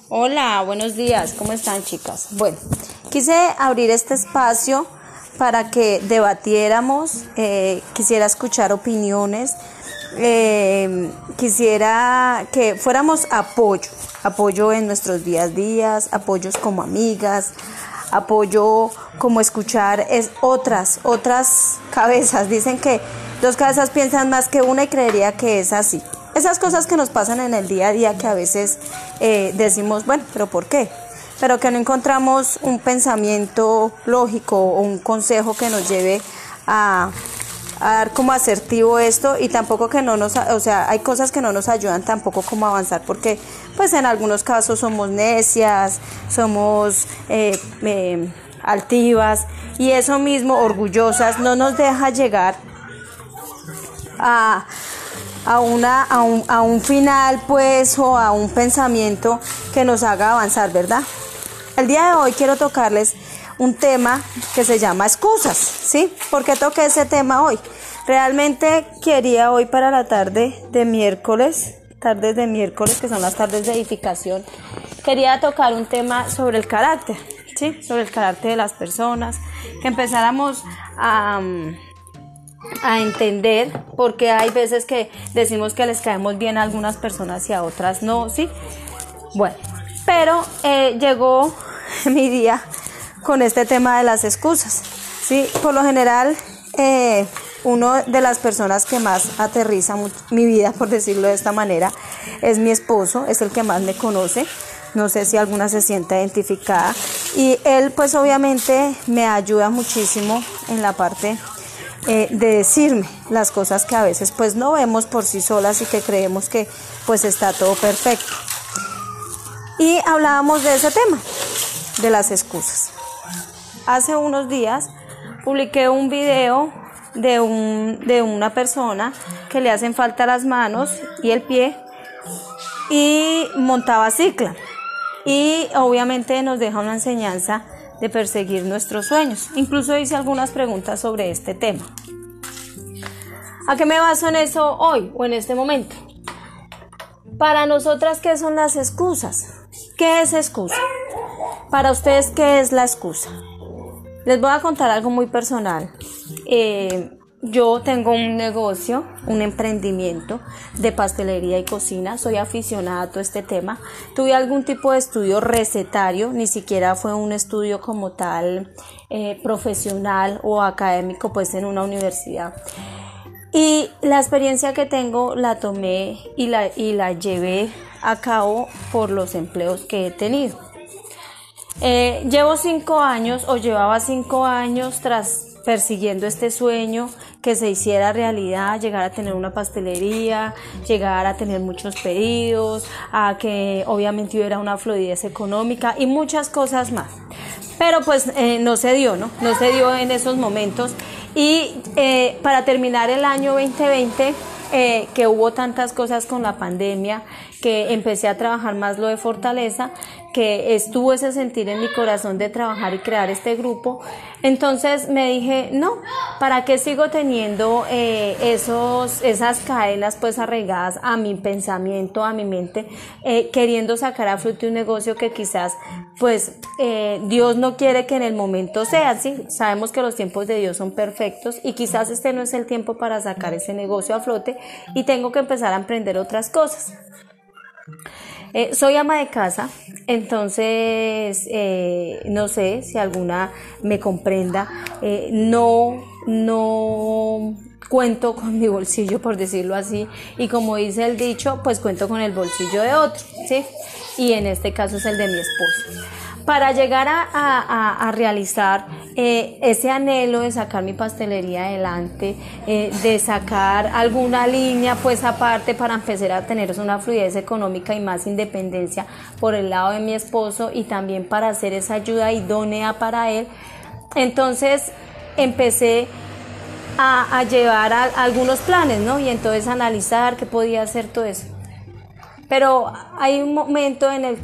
Hola, buenos días, ¿cómo están, chicas? Bueno, quise abrir este espacio para que debatiéramos, quisiera escuchar opiniones, quisiera que fuéramos apoyo en nuestros días, apoyos como amigas, apoyo como escuchar otras cabezas. Dicen que dos cabezas piensan más que una y creería que es así. Esas cosas que nos pasan en el día a día que a veces decimos, bueno, pero ¿por qué? Pero que no encontramos un pensamiento lógico o un consejo que nos lleve a dar como asertivo esto, y tampoco que no nos, o sea, hay cosas que no nos ayudan tampoco como a avanzar, porque pues en algunos casos somos necias, somos altivas, y eso mismo, orgullosas, no nos deja llegar a un final, pues, o a un pensamiento que nos haga avanzar, ¿verdad? El día de hoy quiero tocarles un tema que se llama excusas, ¿sí? ¿Por qué toqué ese tema hoy? Realmente quería hoy para la tardes de miércoles, que son las tardes de edificación, quería tocar un tema sobre el carácter, ¿sí? Sobre el carácter de las personas, que empezáramos a entender, porque hay veces que decimos que les caemos bien a algunas personas y a otras no, ¿sí? Bueno, pero llegó mi día con este tema de las excusas, ¿sí? Por lo general, uno de las personas que más aterriza mi vida, por decirlo de esta manera, es mi esposo, es el que más me conoce. No sé si alguna se sienta identificada, y él pues obviamente me ayuda muchísimo en la parte de decirme las cosas que a veces pues no vemos por sí solas y que creemos que pues está todo perfecto. Y hablábamos de ese tema, de las excusas. Hace unos días publiqué un video de una persona que le hacen falta las manos y el pie y montaba cicla, y obviamente nos deja una enseñanza de perseguir nuestros sueños. Incluso hice algunas preguntas sobre este tema. ¿A qué me baso en eso hoy o en este momento? Para nosotras, ¿qué son las excusas? ¿Qué es excusa? Para ustedes, ¿qué es la excusa? Les voy a contar algo muy personal. Yo tengo un negocio, un emprendimiento de pastelería y cocina. Soy aficionada a todo este tema. Tuve algún tipo de estudio recetario, ni siquiera fue un estudio como tal profesional o académico, pues en una universidad. Y la experiencia que tengo la tomé y la llevé a cabo por los empleos que he tenido. Llevaba 5 años tras persiguiendo este sueño, que se hiciera realidad, llegar a tener una pastelería, llegar a tener muchos pedidos, a que obviamente hubiera una fluidez económica y muchas cosas más. Pero pues no se dio, ¿no? No se dio en esos momentos. Y para terminar el año 2020, que hubo tantas cosas con la pandemia, que empecé a trabajar más lo de fortaleza, que estuvo ese sentir en mi corazón de trabajar y crear este grupo. Entonces me dije, no, ¿para qué sigo teniendo esas cadenas pues arraigadas a mi pensamiento, a mi mente, queriendo sacar a flote un negocio que quizás pues Dios no quiere que en el momento sea así? Sabemos que los tiempos de Dios son perfectos y quizás este no es el tiempo para sacar ese negocio a flote, y tengo que empezar a emprender otras cosas. Soy ama de casa, entonces no sé si alguna me comprenda. No cuento con mi bolsillo, por decirlo así, y como dice el dicho, pues cuento con el bolsillo de otro, ¿sí? Y en este caso es el de mi esposo. Para llegar a realizar ese anhelo de sacar mi pastelería adelante, de sacar alguna línea pues aparte para empezar a tener una fluidez económica y más independencia por el lado de mi esposo, y también para hacer esa ayuda idónea para él, entonces empecé a llevar algunos planes, ¿no? Y entonces analizar qué podía hacer todo eso. Pero hay un momento en el que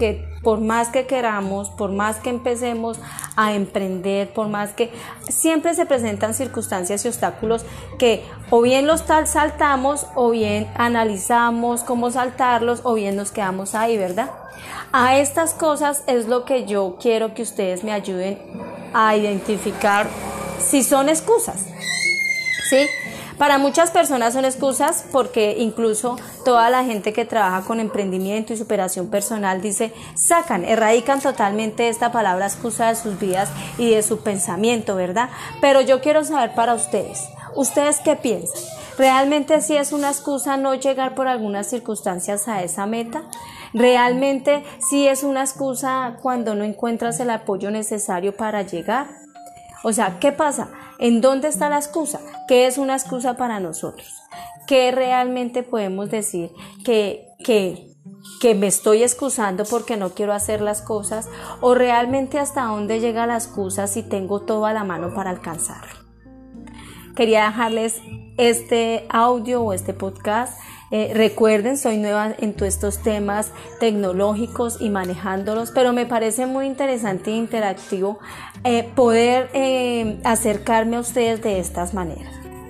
por más que queramos, por más que empecemos a emprender, por más que siempre se presentan circunstancias y obstáculos que o bien los saltamos o bien analizamos cómo saltarlos o bien nos quedamos ahí, ¿verdad? A estas cosas es lo que yo quiero que ustedes me ayuden a identificar si son excusas, ¿sí? Para muchas personas son excusas porque incluso toda la gente que trabaja con emprendimiento y superación personal dice, erradican totalmente esta palabra excusa de sus vidas y de su pensamiento, ¿verdad? Pero yo quiero saber para ¿ustedes qué piensan? ¿Realmente sí es una excusa no llegar por algunas circunstancias a esa meta? ¿Realmente sí es una excusa cuando no encuentras el apoyo necesario para llegar? O sea, ¿qué pasa? ¿En dónde está la excusa? ¿Qué es una excusa para nosotros? ¿Qué realmente podemos decir que me estoy excusando porque no quiero hacer las cosas? ¿O realmente hasta dónde llega la excusa si tengo todo a la mano para alcanzarlo? Quería dejarles este audio o este podcast. Recuerden, soy nueva en todos estos temas tecnológicos y manejándolos, pero me parece muy interesante e interactivo poder acercarme a ustedes de esta manera.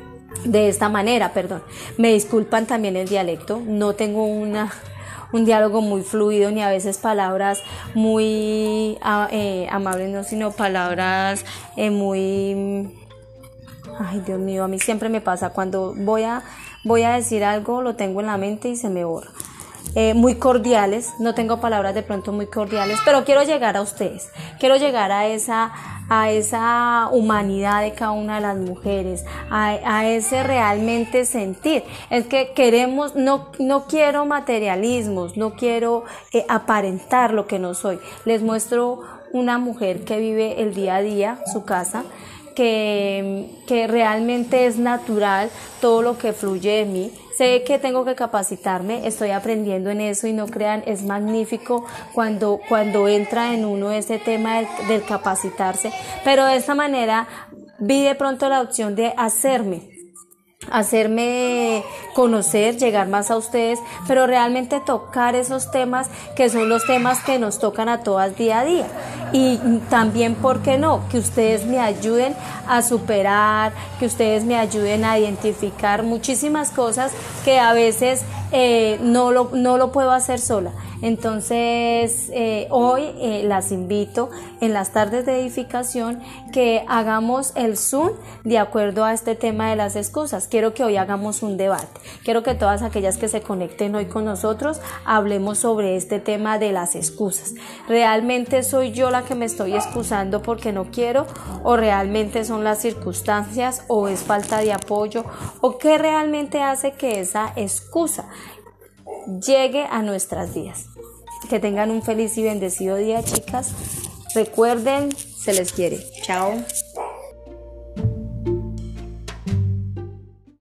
Me disculpan también el dialecto, no tengo un diálogo muy fluido ni a veces palabras muy amables, no, sino palabras muy... Ay, Dios mío, a mí siempre me pasa cuando voy a decir algo, lo tengo en la mente y se me borra. Muy cordiales, no tengo palabras de pronto muy cordiales, pero quiero llegar a ustedes, quiero llegar a esa humanidad de cada una de las mujeres, a ese realmente sentir. Es que queremos, no quiero materialismos, no quiero aparentar lo que no soy. Les muestro una mujer que vive el día a día, su casa, que realmente es natural todo lo que fluye de mí. Sé que tengo que capacitarme, estoy aprendiendo en eso y no crean, es magnífico cuando entra en uno ese tema del capacitarse, pero de esta manera vi de pronto la opción de hacerme conocer, llegar más a ustedes, pero realmente tocar esos temas que son los temas que nos tocan a todas día a día. Y también, ¿por qué no? Que ustedes me ayuden a superar, que ustedes me ayuden a identificar muchísimas cosas que a veces no lo puedo hacer sola. Entonces, hoy las invito en las tardes de edificación que hagamos el Zoom de acuerdo a este tema de las excusas. Quiero que hoy hagamos un debate. Quiero que todas aquellas que se conecten hoy con nosotros hablemos sobre este tema de las excusas. ¿Realmente soy yo la que me estoy excusando porque no quiero? ¿O realmente son las circunstancias? ¿O es falta de apoyo? ¿O qué realmente hace que esa excusa llegue a nuestras vidas? Que tengan un feliz y bendecido día, chicas. Recuerden, se les quiere. Chao.